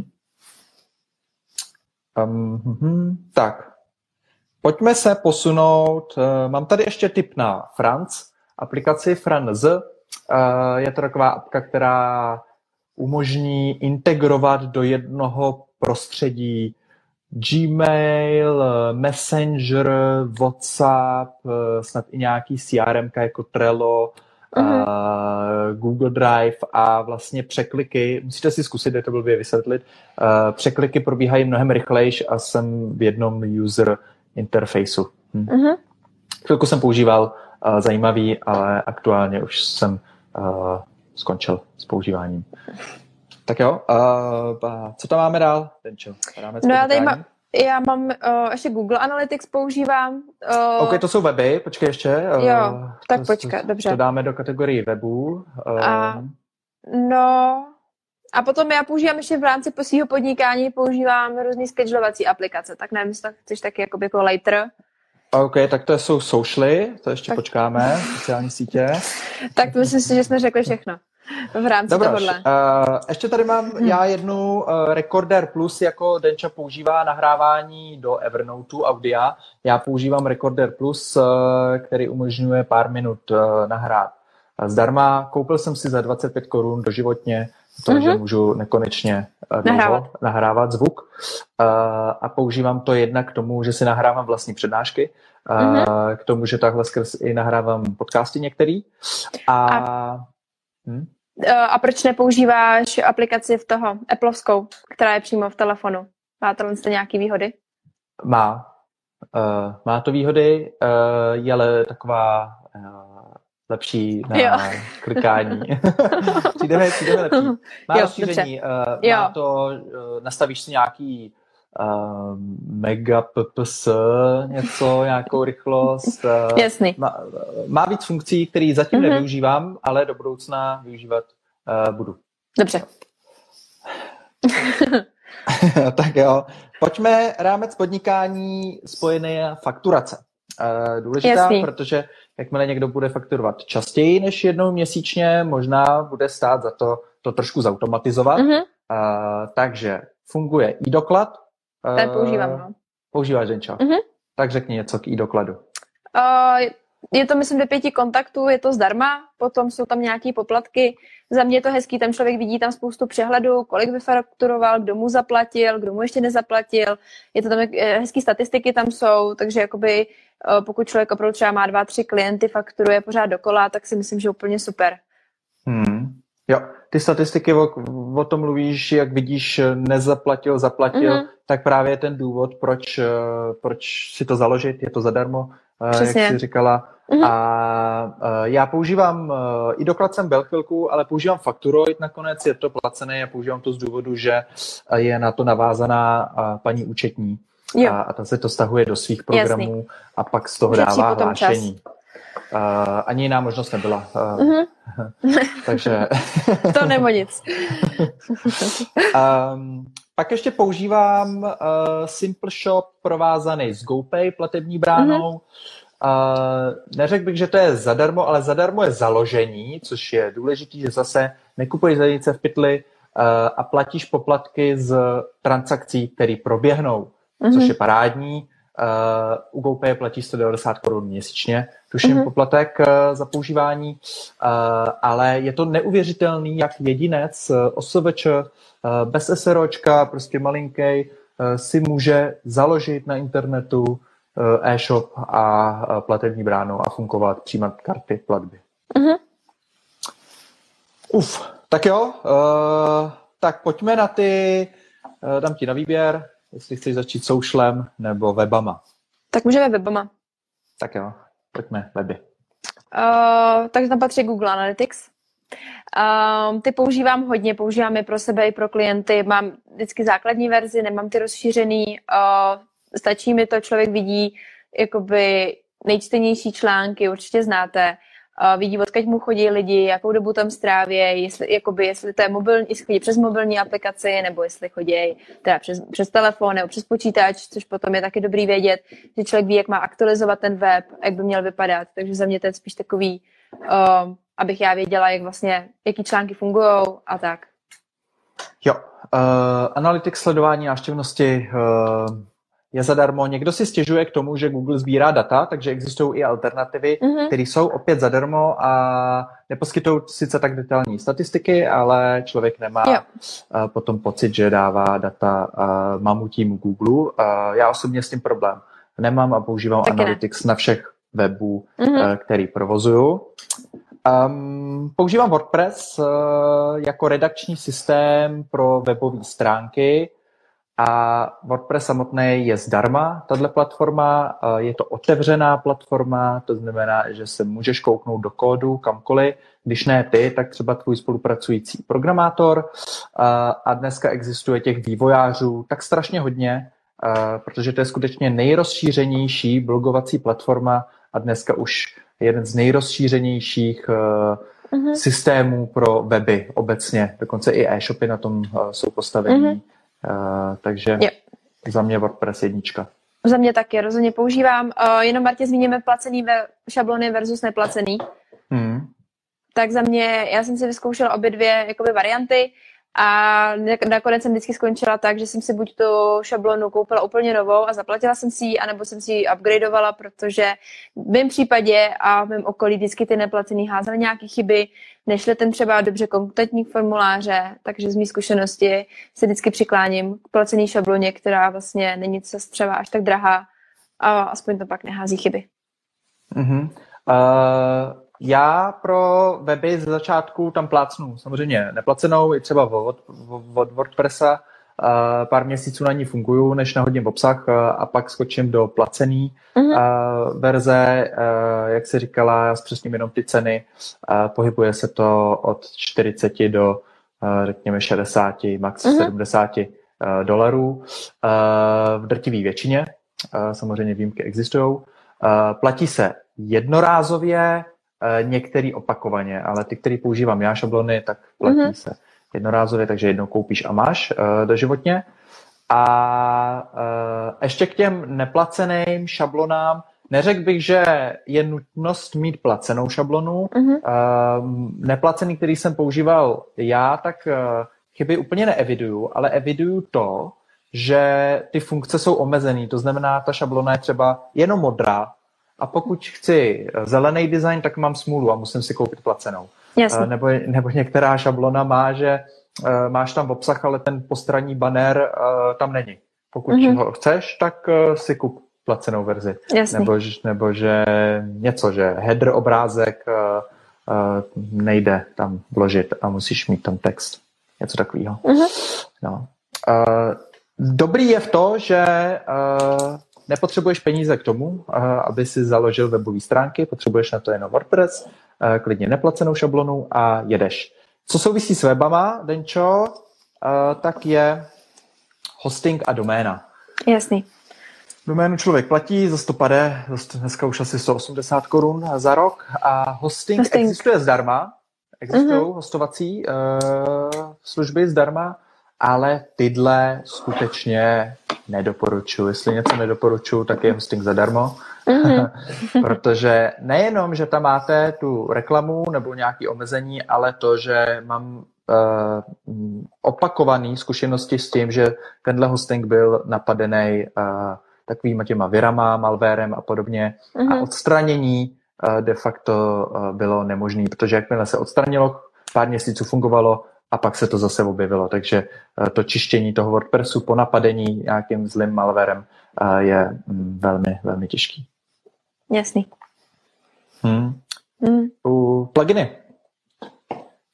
Um, mm, tak, pojďme se posunout. Uh, mám tady ještě tip na Franz, aplikaci Franz. Uh, je to taková apka, která umožní integrovat do jednoho prostředí Gmail, Messenger, WhatsApp, snad i nějaký C R M jako Trello, uh-huh. uh, Google Drive a vlastně překliky, musíte si zkusit, je to blbě vysvětlit, uh, překliky probíhají mnohem rychlejš a jsem v jednom user interfaceu. Hm. Uh-huh. Chvilku jsem používal, uh, zajímavý, ale aktuálně už jsem uh, skončil s používáním. Tak jo, uh, co tam máme dál? Tenčo, no já tady má, já mám uh, ještě Google Analytics používám. Uh, OK, to jsou weby, počkej ještě. Uh, jo, tak to, počkej, to, dobře. To dáme do kategorii webů. Uh, a, no, a potom já používám ještě v rámci svého podnikání, používám různý schedulovací aplikace, tak nevím, jestli to chceš taky jako, jako later. OK, tak to jsou socially, to ještě tak. Počkáme, sociální sítě. Tak to myslím si, že jsme řekli všechno. V rámci Dobroš, tohohle. Uh, ještě tady mám hmm. já jednu uh, Recorder Plus, jako Denča používá nahrávání do Evernoteu audia. Já používám Recorder Plus, uh, který umožňuje pár minut uh, nahrát zdarma. Koupil jsem si za dvacet pět korun doživotně, protože mm-hmm. můžu nekonečně uh, nahrávat. nahrávat zvuk. Uh, a používám to jednak k tomu, že si nahrávám vlastní přednášky, uh, mm-hmm. k tomu, že takhle skrz i nahrávám podcasty některý. A... a... Hm? A proč nepoužíváš aplikaci v toho Appleovskou, která je přímo v telefonu? Má to nějaké výhody? Má. Uh, má to výhody, uh, je ale taková uh, lepší na jo. klikání. přijdeme, přijdeme lepší. Má rozšíření, uh, má to, uh, nastavíš si nějaký uh, megapps, něco, nějakou rychlost. Uh, Jasný. Má, má víc funkcí, které zatím mm-hmm. nevyužívám, ale do budoucna využívat uh, budu. Dobře. Tak jo. Pojďme rámec podnikání spojený fakturace. Uh, důležitá, Jasný. Protože jakmile někdo bude fakturovat častěji než jednou měsíčně, možná bude stát za to to trošku zautomatizovat. Mm-hmm. Uh, takže funguje e-doklad. Ten používám, no. Používáš, Denčo? Mm-hmm. Tak řekni něco k e-dokladu. Uh, je to, myslím, do pěti kontaktů, je to zdarma, potom jsou tam nějaký poplatky. Za mě je to hezký, tam člověk vidí tam spoustu přehledů, kolik vyfakturoval, kdo mu zaplatil, kdo mu ještě nezaplatil. Je to tam hezký statistiky tam jsou, takže jakoby pokud člověk opravdu třeba má dva, tři klienty, fakturuje pořád dokola, tak si myslím, že úplně super. Hmm. Jo, ty statistiky o, o tom mluvíš, jak vidíš, nezaplatil, zaplatil, mm-hmm. tak právě ten důvod, proč, proč si to založit, je to zadarmo, Přesně. jak jsi říkala. Mm-hmm. A já používám, i doklad jsem byl chvilku, ale používám Fakturoid nakonec, je to placené a používám to z důvodu, že je na to navázaná paní účetní. Jo. A, a ta se to stahuje do svých programů Jasný. A pak z toho Ušetří dává hlášení. Uh, ani jiná možnost nebyla. Uh, mm-hmm. takže... to nebo nic. um, pak ještě používám uh, Simple Shop provázaný s GoPay platební bránou. Mm-hmm. Uh, neřekl bych, že to je zadarmo, ale zadarmo je založení, což je důležitý, že zase nekupuješ zajíce v pytli uh, a platíš poplatky z transakcí, které proběhnou, mm-hmm. což je parádní. Uh, u GoPay platí sto devadesát korun měsíčně, tuším, mm-hmm. poplatek uh, za používání, uh, ale je to neuvěřitelný, jak jedinec, uh, OSVČ, uh, bez SROčka, prostě malinkej, uh, si může založit na internetu uh, e-shop a uh, platební bránu a fungovat, přijímat karty, platby. Mm-hmm. Uf, tak jo, uh, tak pojďme na ty, uh, dám ti na výběr, jestli chceš začít socialem nebo webama. Tak můžeme webama. Tak jo, pojďme weby. Uh, takže tam patří Google Analytics. Um, ty používám hodně, používám je pro sebe i pro klienty. Mám vždycky základní verzi, nemám ty rozšířený. Uh, stačí mi to, člověk vidí jakoby nejčtenější články, určitě znáte. Uh, vidí, odkud mu chodí lidi, jakou dobu tam stráví, jestli, jakoby, jestli to je mobilní, jestli chodí přes mobilní aplikaci, nebo jestli chodí teda přes, přes telefon nebo přes počítač, což potom je taky dobrý vědět, že člověk ví, jak má aktualizovat ten web, jak by měl vypadat. Takže za mě to je spíš takový, uh, abych já věděla, jak vlastně, jaký články fungují a tak. Jo, uh, Analytics sledování návštěvnosti uh, je zadarmo. Někdo si stěžuje k tomu, že Google sbírá data, takže existují i alternativy, mm-hmm. které jsou opět zadarmo a neposkytují sice tak detailní statistiky, ale člověk nemá jo. uh, potom pocit, že dává data uh, mamutím Google. Uh, já osobně s tím problém nemám a používám tak Analytics ne. na všech webů, mm-hmm. uh, který provozuju. Um, používám WordPress uh, jako redakční systém pro webové stránky a WordPress samotný je zdarma, tato platforma, uh, je to otevřená platforma, to znamená, že se můžeš kouknout do kódu kamkoliv, když ne ty, tak třeba tvůj spolupracující programátor uh, a dneska existuje těch vývojářů tak strašně hodně, uh, protože to je skutečně nejrozšířenější blogovací platforma a dneska už jeden z nejrozšířenějších uh, uh-huh. systémů pro weby obecně. Dokonce i e-shopy na tom uh, jsou postavení. Uh-huh. Uh, takže jo. Za mě WordPress jednička. Za mě taky, rozhodně používám. Uh, jenom Martě zmíníme placený ve šablony versus neplacený. Hmm. Tak za mě, já jsem si vyzkoušela obě dvě jakoby varianty a nakonec jsem vždycky skončila tak, že jsem si buď tu šablonu koupila úplně novou a zaplatila jsem si ji, anebo jsem si ji upgradeovala, protože v mém případě a v mém okolí vždycky ty neplacený házely nějaké chyby, nešly ten třeba dobře kompletní formuláře, takže z mý zkušenosti se vždycky přikláním k placený šabloně, která vlastně není třeba až tak drahá a aspoň to pak nehází chyby. Mm-hmm. Uh... Já pro weby ze začátku tam plácnu samozřejmě neplacenou, i třeba od, od WordPressa, pár měsíců na ní funguju, než nahodím obsah a pak skočím do placený uh-huh. verze, jak se říkala, já zpřesním jenom ty ceny, pohybuje se to od čtyřicet do řekněme šedesát, max uh-huh. sedmdesát dolarů v drtivé většině, samozřejmě výjimky existují, platí se jednorázově, některý opakovaně, ale ty, který používám já šablony, tak platí mm-hmm. se jednorázově, takže jednou koupíš a máš uh, doživotně. A uh, ještě k těm neplaceným šablonám, neřekl bych, že je nutnost mít placenou šablonu. Mm-hmm. Uh, neplacený, který jsem používal já, tak uh, chyby úplně neeviduju, ale eviduju to, že ty funkce jsou omezený. To znamená, ta šablona je třeba jenom modrá, a pokud chci zelený design, tak mám smůlu a musím si koupit placenou. Jasně. Nebo, nebo některá šablona má, že uh, máš tam obsah, ale ten postranní banner uh, tam není. Pokud mm-hmm. ho chceš, tak uh, si kup placenou verzi. Nebo, nebo že něco, že header obrázek uh, uh, nejde tam vložit a musíš mít tam text. Něco takového. Mm-hmm. No. Uh, dobrý je v to, že uh, nepotřebuješ peníze k tomu, aby si založil webové stránky, potřebuješ na to jenom WordPress, klidně neplacenou šablonu a jedeš. Co souvisí s webama, Denčo, tak je hosting a doména. Jasný. Doménu člověk platí za sto padesát, dneska už asi sto osmdesát korun za rok a hosting, hosting. existuje zdarma, existují uh-huh. hostovací uh, služby zdarma, ale tyhle skutečně nedoporučuji. Jestli něco nedoporučuji, tak je hosting zadarmo. Mm-hmm. Protože nejenom, že tam máte tu reklamu nebo nějaké omezení, ale to, že mám uh, opakované zkušenosti s tím, že tenhle hosting byl napadený uh, takovýma těma virama, malwarem a podobně. Mm-hmm. A odstranění uh, de facto uh, bylo nemožné, protože jakmile se odstranilo, pár měsíců fungovalo, a pak se to zase objevilo. Takže to čištění toho WordPressu po napadení nějakým zlým malwarem je velmi, velmi těžký. Jasný. Hmm. Hmm. U pluginy.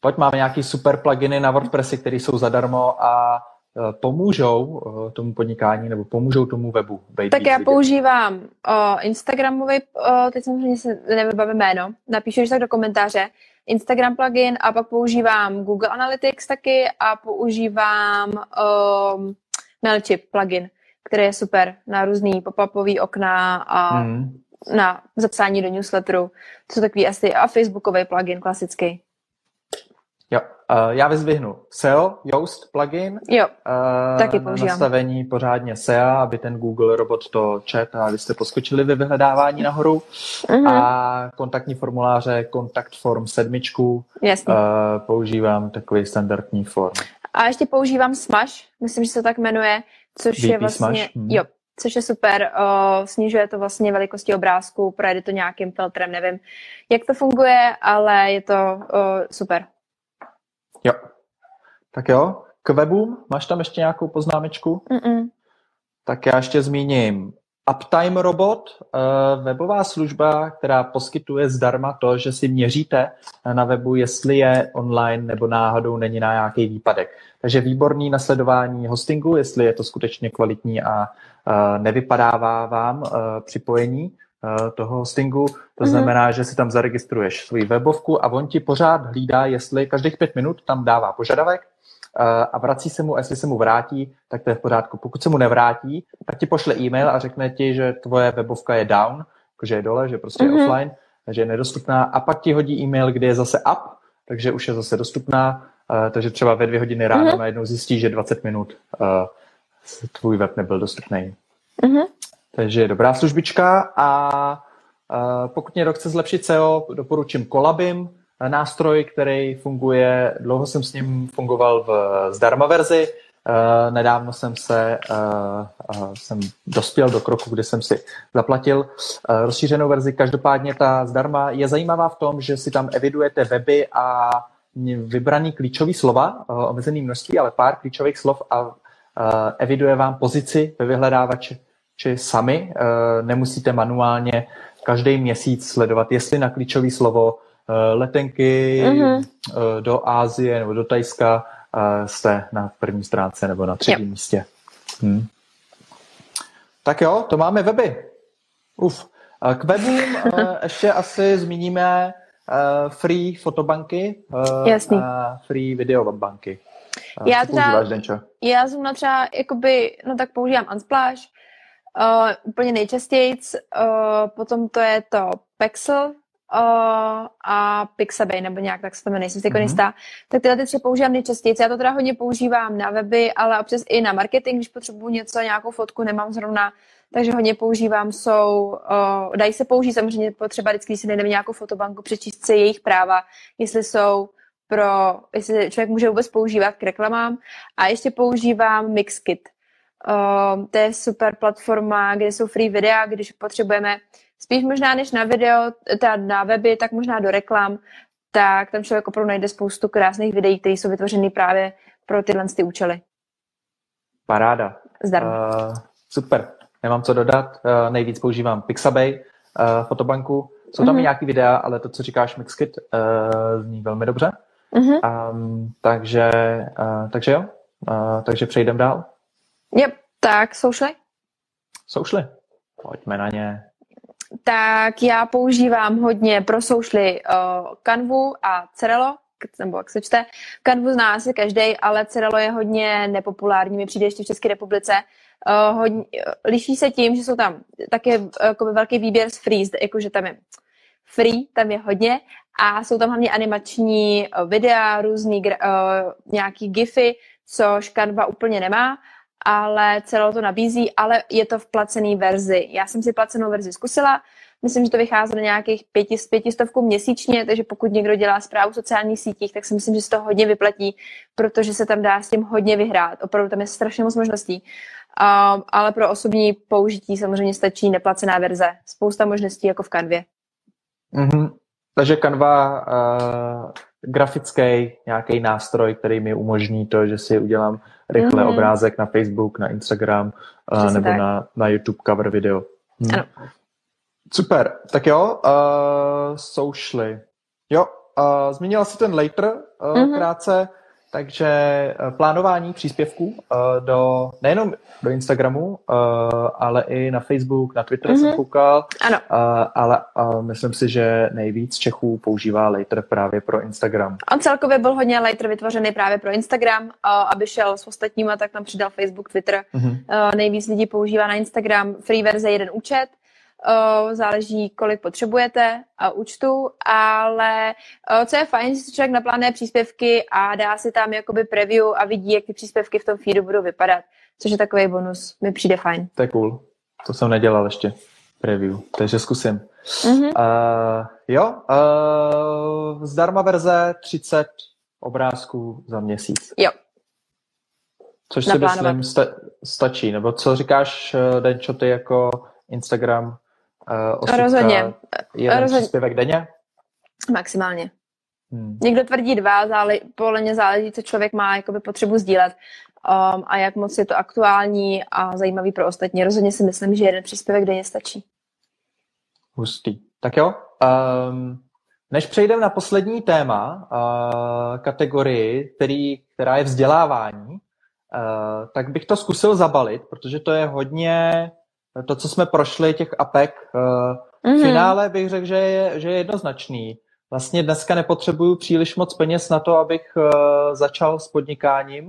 Pojď, máme nějaký super pluginy na WordPressy, které jsou zadarmo a pomůžou tomu podnikání nebo pomůžou tomu webu. Tak já vidět. používám o, Instagramový, o, teď samozřejmě se nevybavím jméno, napíšu když tak do komentáře, Instagram plugin a pak používám Google Analytics taky a používám o, Mailchimp plugin, který je super na různý pop-upový okna a hmm. na zapsání do newsletteru. To jsou takový asi a Facebookový plugin klasický. Jo, uh, já vyzvihnu S E O, Yoast plugin. Jo, uh, taky používám. Nastavení pořádně S E O, aby ten Google robot to čet a vy jste poskočili ve vyhledávání nahoru. Uh-huh. A kontaktní formuláře, Contact Form sedmičku. Jasně. Uh, používám takový standardní form. A ještě používám Smash, myslím, že se to tak jmenuje, což V P je vlastně, Smash? Hmm. jo, což je super, o, snižuje to vlastně velikosti obrázku, projede to nějakým filtrem, nevím, jak to funguje, ale je to o, super. Jo. Tak jo, k webům, máš tam ještě nějakou poznámečku? Mm-mm. Tak já ještě zmíním Uptime Robot, webová služba, která poskytuje zdarma to, že si měříte na webu, jestli je online nebo náhodou není na nějaký výpadek. Takže výborný nasledování hostingu, jestli je to skutečně kvalitní a nevypadává vám připojení toho hostingu. To znamená, že si tam zaregistruješ svoji webovku a on ti pořád hlídá, jestli každých pět minut tam dává požadavek a vrací se mu, a jestli se mu vrátí, tak to je v pořádku. Pokud se mu nevrátí, tak ti pošle e-mail a řekne ti, že tvoje webovka je down, že je dole, že prostě mm-hmm. je offline, že je nedostupná a pak ti hodí e-mail, kde je zase up, takže už je zase dostupná, takže třeba ve dvě hodiny ráno mm-hmm. najednou zjistí, že dvacet minut tvůj web nebyl dostupný. Mm-hmm. Takže je dobrá službička a pokud někdo chce zlepšit S E O, doporučím Collabim, nástroj, který funguje, dlouho jsem s ním fungoval v zdarma verzi, nedávno jsem se jsem dospěl do kroku, kdy jsem si zaplatil rozšířenou verzi. Každopádně ta zdarma je zajímavá v tom, že si tam evidujete weby a vybraný klíčový slova, omezený množství, ale pár klíčových slov a eviduje vám pozici ve vyhledávači či sami. Nemusíte manuálně každý měsíc sledovat, jestli na klíčové slovo letenky mm-hmm. do Asie nebo do Thajska jste na první stránce nebo na třetím yep. místě. Hmm. Tak jo, to máme weby. Uf. K webům ještě asi zmíníme free fotobanky Jasný. a free videobanky. Já třeba, já jsem třeba, jakoby, no tak používám Unsplash, uh, úplně nejčastěji, uh, potom to je to Pexel, Uh, a Pixabay, nebo nějak, tak se to jmenuje, jsem si mm-hmm. jistá. Tak tyhle ty tři používám nejčastěji. Já to teda hodně používám na weby, ale občas i na marketing, když potřebuji něco, nějakou fotku, nemám zrovna, takže hodně používám, jsou, uh, dají se použít, samozřejmě potřeba vždycky, když si nejdeme nějakou fotobanku, přečíst si jejich práva, jestli jsou pro, jestli člověk může vůbec používat k reklamám. A ještě používám Mixkit. Uh, to je super platforma, kde jsou free videa, když potřebujeme spíš možná než na video, teda na weby, tak možná do reklam, tak tam člověk opravdu najde spoustu krásných videí, které jsou vytvořeny právě pro tyhle ty účely. Paráda. Zdarma. Uh, super. Nemám co dodat. Uh, nejvíc používám Pixabay, uh, fotobanku. Jsou tam mm-hmm. nějaký videa, ale to, co říkáš Mixkit, uh, zní velmi dobře. Mm-hmm. Um, takže, uh, takže jo. Uh, takže přejdeme dál. Yep. Tak, Socially? Socially. Pojďme na ně. Tak já používám hodně pro Socially uh, Canvu a Cerelo, nebo jak se čte. Canvu zná asi každej, ale Cerelo je hodně nepopulární, mi přijde ještě v České republice. Uh, hodně, liší se tím, že jsou tam také uh, velký výběr z free, jakože tam je free, tam je hodně a jsou tam hlavně animační uh, videa, různý uh, nějaký gify, což Canva úplně nemá, ale Cerelo to nabízí, ale je to v placené verzi. Já jsem si placenou verzi zkusila, myslím, že to vychází na nějakých pěti, pětistovku měsíčně, takže pokud někdo dělá správu v sociálních sítích, tak si myslím, že se to hodně vyplatí, protože se tam dá s tím hodně vyhrát. Opravdu tam je strašně moc možností. Um, ale pro osobní použití samozřejmě stačí neplacená verze. Spousta možností jako v Canvě. Mm-hmm. Takže Canva, uh, grafický nějaký nástroj, který mi umožní to, že si udělám rychle mm-hmm. obrázek na Facebook, na Instagram uh, nebo na, na YouTube cover video. Hmm. Ano. Super. Tak jo, uh, Socially. Jo, uh, zmínila si ten later uh, mm-hmm. krátce, takže uh, plánování příspěvků uh, do, nejenom do Instagramu, uh, ale i na Facebook, na Twitter mm-hmm. jsem koukal, ano. Uh, ale uh, myslím si, že nejvíc Čechů používá later právě pro Instagram. On celkově byl hodně later vytvořený právě pro Instagram, uh, aby šel s ostatníma, tak tam přidal Facebook, Twitter. Mm-hmm. Uh, nejvíc lidí používá na Instagram free verze jeden účet. Uh, záleží, kolik potřebujete uh, účtu, ale uh, co je fajn, že si člověk naplánuje příspěvky a dá si tam jakoby preview a vidí, jak ty příspěvky v tom feedu budou vypadat, což je takový bonus, mi přijde fajn. To je cool, to jsem nedělal ještě, preview, takže zkusím. Mm-hmm. Uh, jo, uh, zdarma verze třicet obrázků za měsíc. Jo. Což si myslím sta- stačí, nebo co říkáš, Denčo, ty jako Instagram, Uh, osudka, rozhodně. Jeden rozhodně. příspěvek denně? Maximálně. Hmm. Někdo tvrdí dva, zále, podle mě záleží, co člověk má jakoby potřebu sdílet um, a jak moc je to aktuální a zajímavý pro ostatní. Rozhodně si myslím, že jeden příspěvek denně stačí. Hustý. Tak jo. Um, než přejdeme na poslední téma, uh, kategorii, který, která je vzdělávání, uh, tak bych to zkusil zabalit, protože to je hodně to, co jsme prošli, těch apek. Uh, mm-hmm. V finále bych řekl, že je, že je jednoznačný. Vlastně dneska nepotřebuju příliš moc peněz na to, abych uh, začal s podnikáním.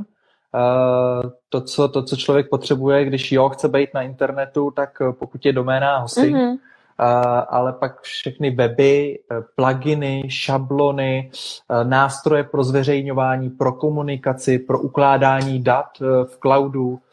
Uh, to, co, to, co člověk potřebuje, když jo, chce být na internetu, tak uh, pokud je doména hosting, mm-hmm. uh, ale pak všechny weby, uh, pluginy, šablony, uh, nástroje pro zveřejňování, pro komunikaci, pro ukládání dat uh, v cloudu, uh,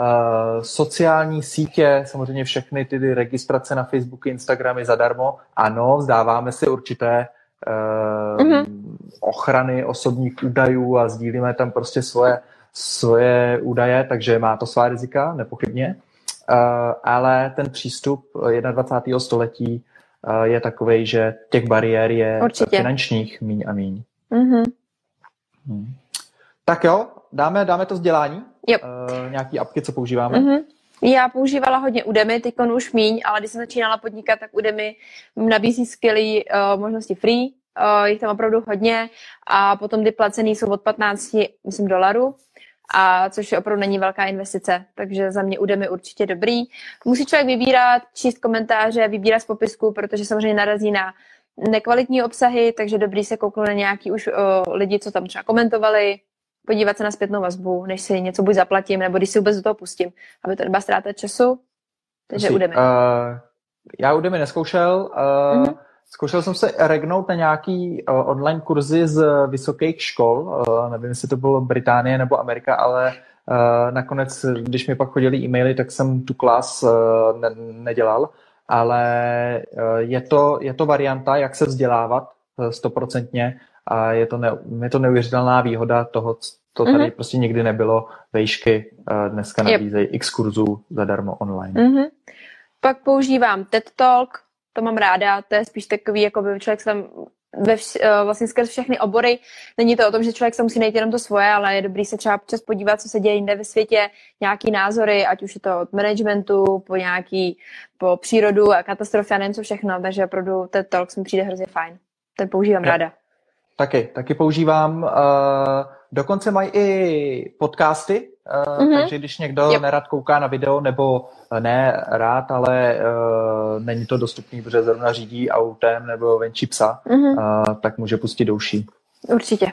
sociální sítě, samozřejmě všechny ty registrace na Facebooku, Instagramy zadarmo. Ano, vzdáváme si určité uh, mm-hmm. ochrany osobních údajů a sdílíme tam prostě svoje svoje údaje, takže má to svá rizika, nepochybně. Uh, ale ten přístup dvacátého prvního století uh, je takovej, že těch bariér je Určitě. finančních míň a míň. Mm-hmm. Hmm. Tak jo, dáme, dáme to vzdělání? Yep. Uh, nějaký apky, co používáme? Mm-hmm. Já používala hodně Udemy, teď už míň, ale když jsem začínala podnikat, tak Udemy nabízí skvělé uh, možnosti free, uh, jich tam opravdu hodně a potom ty placený jsou od patnácti, myslím, dolarů. A což je opravdu není velká investice, takže za mě Udemy určitě dobrý. Musí člověk vybírat, číst komentáře, vybírat z popisku, protože samozřejmě narazí na nekvalitní obsahy, takže dobrý se kouknout na nějaký už o, lidi, co tam třeba komentovali, podívat se na zpětnou vazbu, než si něco buď zaplatím, nebo když si vůbec do toho pustím, aby to nebyla ztráta času. Takže Udemy. Uh, já Udemy neskoušel, uh, mm-hmm. Zkoušel jsem se regnout na nějaký uh, online kurzy z vysokých škol, uh, nevím, jestli to bylo Británie nebo Amerika, ale uh, nakonec, když mi pak chodili e-maily, tak jsem tu klas uh, ne- nedělal, ale uh, je, to, je to varianta, jak se vzdělávat stoprocentně a je to, ne- je to neuvěřitelná výhoda toho, to tady mm-hmm. prostě nikdy nebylo, vejšky uh, dneska nabízejí yep. x kurzů zadarmo online. Mm-hmm. Pak používám TED Talk, to mám ráda, to je spíš takový, jako by člověk se tam ve vš- vlastně skrz všechny obory. Není to o tom, že člověk se musí najít jenom to svoje, ale je dobrý se třeba občas podívat, co se děje jinde ve světě, nějaký názory, ať už je to od managementu, po nějaký, po přírodu a katastrofy a nevím co všechno, takže opravdu TED Talks mi přijde hrozně fajn. Ten používám ja. ráda. Taky, taky používám. Uh, dokonce mají i podcasty, uh, mm-hmm. takže když někdo yep. nerad kouká na video, nebo ne rád, ale uh, není to dostupný, protože zrovna řídí autem nebo venčí psa, mm-hmm. uh, tak může pustit douší. Určitě.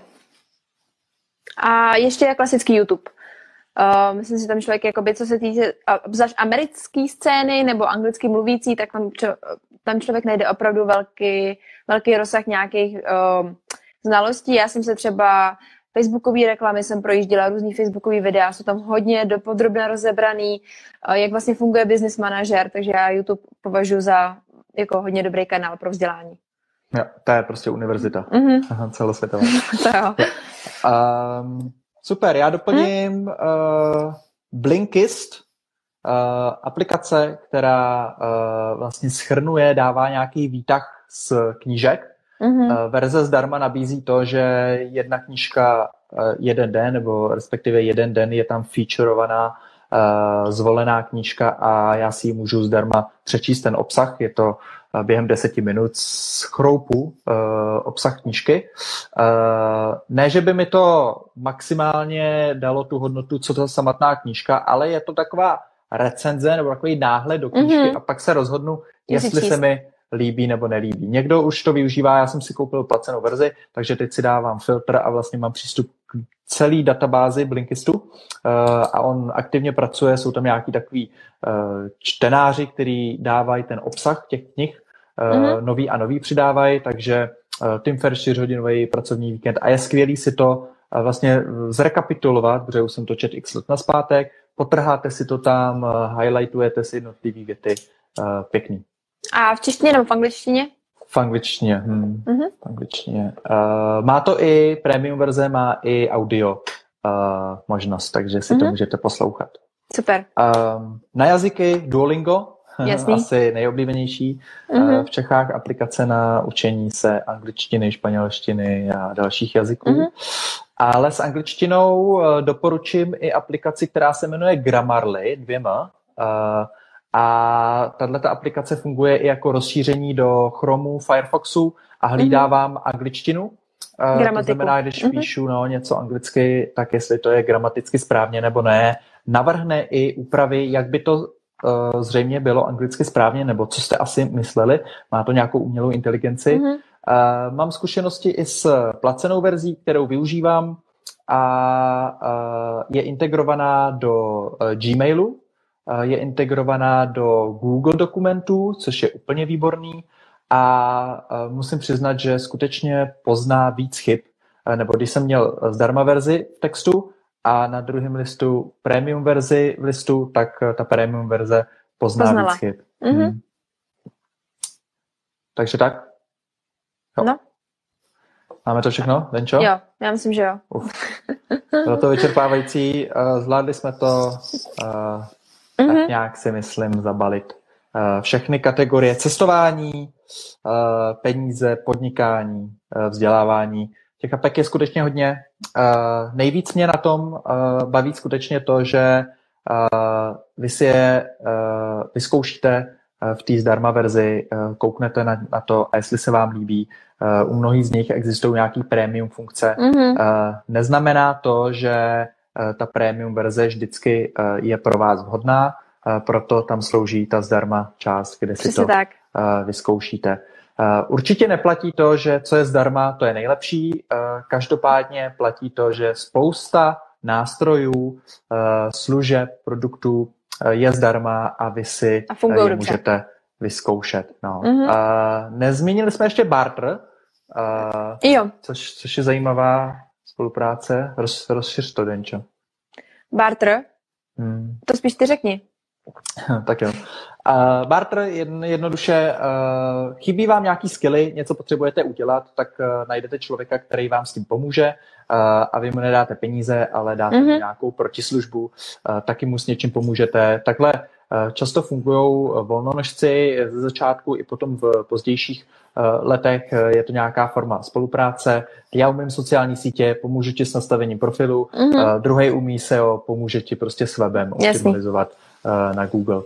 A ještě je klasický YouTube. Uh, myslím si, že tam člověk, jakoby, co se týče obzvlášť americké scény nebo anglicky mluvící, tak tam, čo, tam člověk najde opravdu velký, velký rozsah nějakých uh, znalostí. Já jsem se třeba Facebookové reklamy jsem projížděla, různý Facebookové videa, jsou tam hodně dopodrobně rozebraný, jak vlastně funguje business manažer, takže já YouTube považuji za jako hodně dobrý kanál pro vzdělání. Jo, to je prostě univerzita. Mm-hmm. Aha, celosvětová. To jo. Um, super, já doplním hmm? uh, Blinkist, uh, aplikace, která uh, vlastně shrnuje, dává nějaký výtah z knížek. Mm-hmm. Verze zdarma nabízí to, že jedna knížka jeden den, nebo respektive jeden den je tam featurovaná zvolená knížka a já si ji můžu zdarma přečíst ten obsah. Je to během deseti minut z chroupu obsah knížky. Ne, že by mi to maximálně dalo tu hodnotu, co to samotná knížka, ale je to taková recenze nebo takový náhled do knížky mm-hmm. a pak se rozhodnu, jestli se mi líbí nebo nelíbí. Někdo už to využívá, já jsem si koupil placenou verzi, takže teď si dávám filtr a vlastně mám přístup k celý databázi Blinkistu a on aktivně pracuje, jsou tam nějaký takový čtenáři, který dávají ten obsah těch knih, mm-hmm. nový a nový přidávají, takže Tim Ferriss čtyřhodinový pracovní víkend a je skvělý si to vlastně zrekapitulovat, protože už jsem to četl x let nazpátek, potrháte si to tam, highlightujete si jednotlivý věty, pěkný. A v češtině nebo v angličtině? V angličtině. Hm. Mm-hmm. V angličtině. Uh, má to i premium verze, má i audio uh, možnost, takže si mm-hmm. to můžete poslouchat. Super. Uh, na jazyky Duolingo, asi nejoblíbenější mm-hmm. uh, v Čechách aplikace na učení se angličtiny, španělštiny a dalších jazyků. Mm-hmm. Ale s angličtinou uh, doporučím i aplikaci, která se jmenuje Grammarly, dvěma. Uh, A tato aplikace funguje i jako rozšíření do Chromu, Firefoxu a hlídá vám mm-hmm. angličtinu. Gramatiku. To znamená, když mm-hmm. píšu no, něco anglicky, tak jestli to je gramaticky správně nebo ne. Navrhne i úpravy, jak by to uh, zřejmě bylo anglicky správně, nebo co jste asi mysleli. Má to nějakou umělou inteligenci. Mm-hmm. Uh, mám zkušenosti i s placenou verzí, kterou využívám a uh, je integrovaná do uh, Gmailu. Je integrovaná do Google dokumentů, což je úplně výborný a musím přiznat, že skutečně pozná víc chyb, nebo když jsem měl zdarma verzi v textu a na druhém listu premium verzi v listu, tak ta premium verze pozná Poznala. víc chyb. Mm-hmm. Hmm. Takže tak? Jo. No. Máme to všechno, Denčo? Jo, já myslím, že jo. Uf. Bylo to vyčerpávající, zvládli jsme to... Uh, tak mm-hmm. nějak si myslím zabalit uh, všechny kategorie cestování, uh, peníze, podnikání, uh, vzdělávání. Těch apek je skutečně hodně. Uh, nejvíc mě na tom uh, baví skutečně to, že uh, vy si je uh, vyzkoušíte uh, v té zdarma verzi, uh, kouknete na, na to a jestli se vám líbí. Uh, u mnohých z nich existují nějaký premium funkce. Mm-hmm. Uh, neznamená to, že ta premium verze vždycky je pro vás vhodná, proto tam slouží ta zdarma část, kde si to tak. vyzkoušíte. Určitě neplatí to, že co je zdarma, to je nejlepší. Každopádně platí to, že spousta nástrojů, služeb, produktů je zdarma a vy si je dobře. můžete vyzkoušet. No. Mm-hmm. Nezmínili jsme ještě barter, jo. Což, což je zajímavá spolupráce. Roz, rozšiř to, Denčo. Barter? Hmm. To spíš ty řekni. Tak jo. Uh, barter jedn, jednoduše, uh, chybí vám nějaký skilly, něco potřebujete udělat, tak uh, najdete člověka, který vám s tím pomůže uh, a vy mu nedáte peníze, ale dáte mm-hmm. mu nějakou protislužbu, uh, taky mu s něčím pomůžete. Takhle uh, často fungují volnonožci ze začátku i potom v pozdějších uh, letech. Je to nějaká forma spolupráce. Já umím sociální sítě, pomůžu ti s nastavením profilu, mm-hmm. uh, druhý umí S E O, pomůže ti prostě s webem optimalizovat na Google.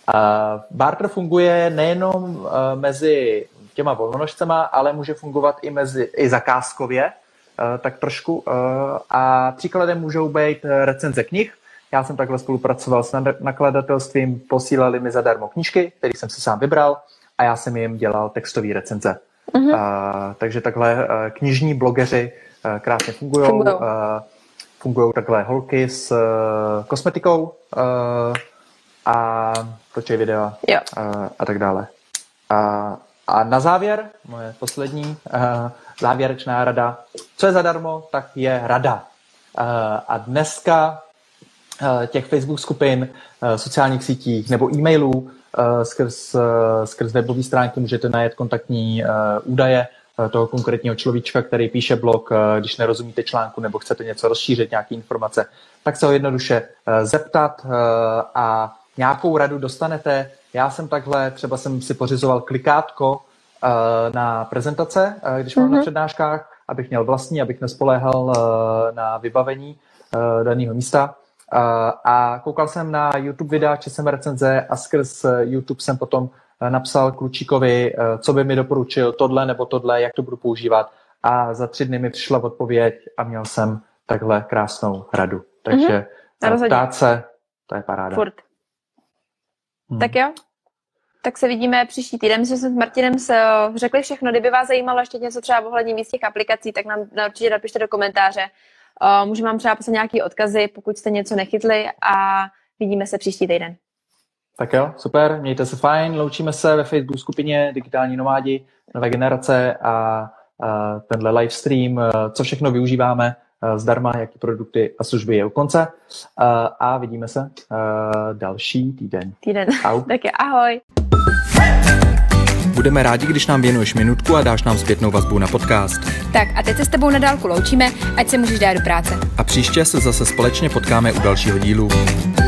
Barter funguje nejenom mezi těma volnonožcema, ale může fungovat i mezi i zakázkově, tak trošku. A příkladem můžou být recenze knih. Já jsem takhle spolupracoval s nakladatelstvím, posílali mi zadarmo knížky, které jsem si sám vybral a já jsem jim dělal textové recenze. Mm-hmm. Takže takhle knižní blogeři krásně fungují. Fungují takhle holky s kosmetikou, a točí videa a, a tak dále. A, a na závěr, moje poslední a, závěrečná rada, co je zadarmo, tak je rada. A, a dneska a, těch Facebook skupin, a, sociálních sítích nebo e-mailů a, skrz, a, skrz webové stránky můžete najít kontaktní a, údaje a, toho konkrétního človíčka, který píše blog, a, když nerozumíte článku nebo chcete něco rozšířit, nějaké informace, tak se ho jednoduše a, zeptat a, a nějakou radu dostanete. Já jsem takhle, třeba jsem si pořizoval klikátko uh, na prezentace, uh, když mám mm-hmm. na přednáškách, abych měl vlastní, abych nespoléhal uh, na vybavení uh, daného místa. a koukal jsem na YouTube videa, četl jsem recenze a skrz YouTube jsem potom napsal klučíkovi, co by mi doporučil, tohle nebo tohle, jak to budu používat a za tři dny mi přišla odpověď a měl jsem takhle krásnou radu. Takže mm-hmm. ptát se, to je paráda. Furt. Hmm. Tak jo, tak se vidíme příští týden. My jsme s Martinem řekli všechno. Kdyby vás zajímalo ještě něco třeba ohledně víc těch aplikací, tak nám určitě napište do komentáře. Můžeme vám třeba poslat nějaký odkazy, pokud jste něco nechytli a vidíme se příští týden. Tak jo, super, mějte se fajn, loučíme se ve Facebook skupině Digitální nomádi, nové generace a, a tenhle livestream, co všechno využíváme zdarma, jaký produkty a služby je u konce a, a vidíme se další týden. Týden, Au. Tak jo, ahoj. Budeme rádi, když nám věnuješ minutku a dáš nám zpětnou vazbu na podcast. Tak a teď se s tebou na dálku loučíme, ať se můžeš dát do práce. A příště se zase společně potkáme u dalšího dílu.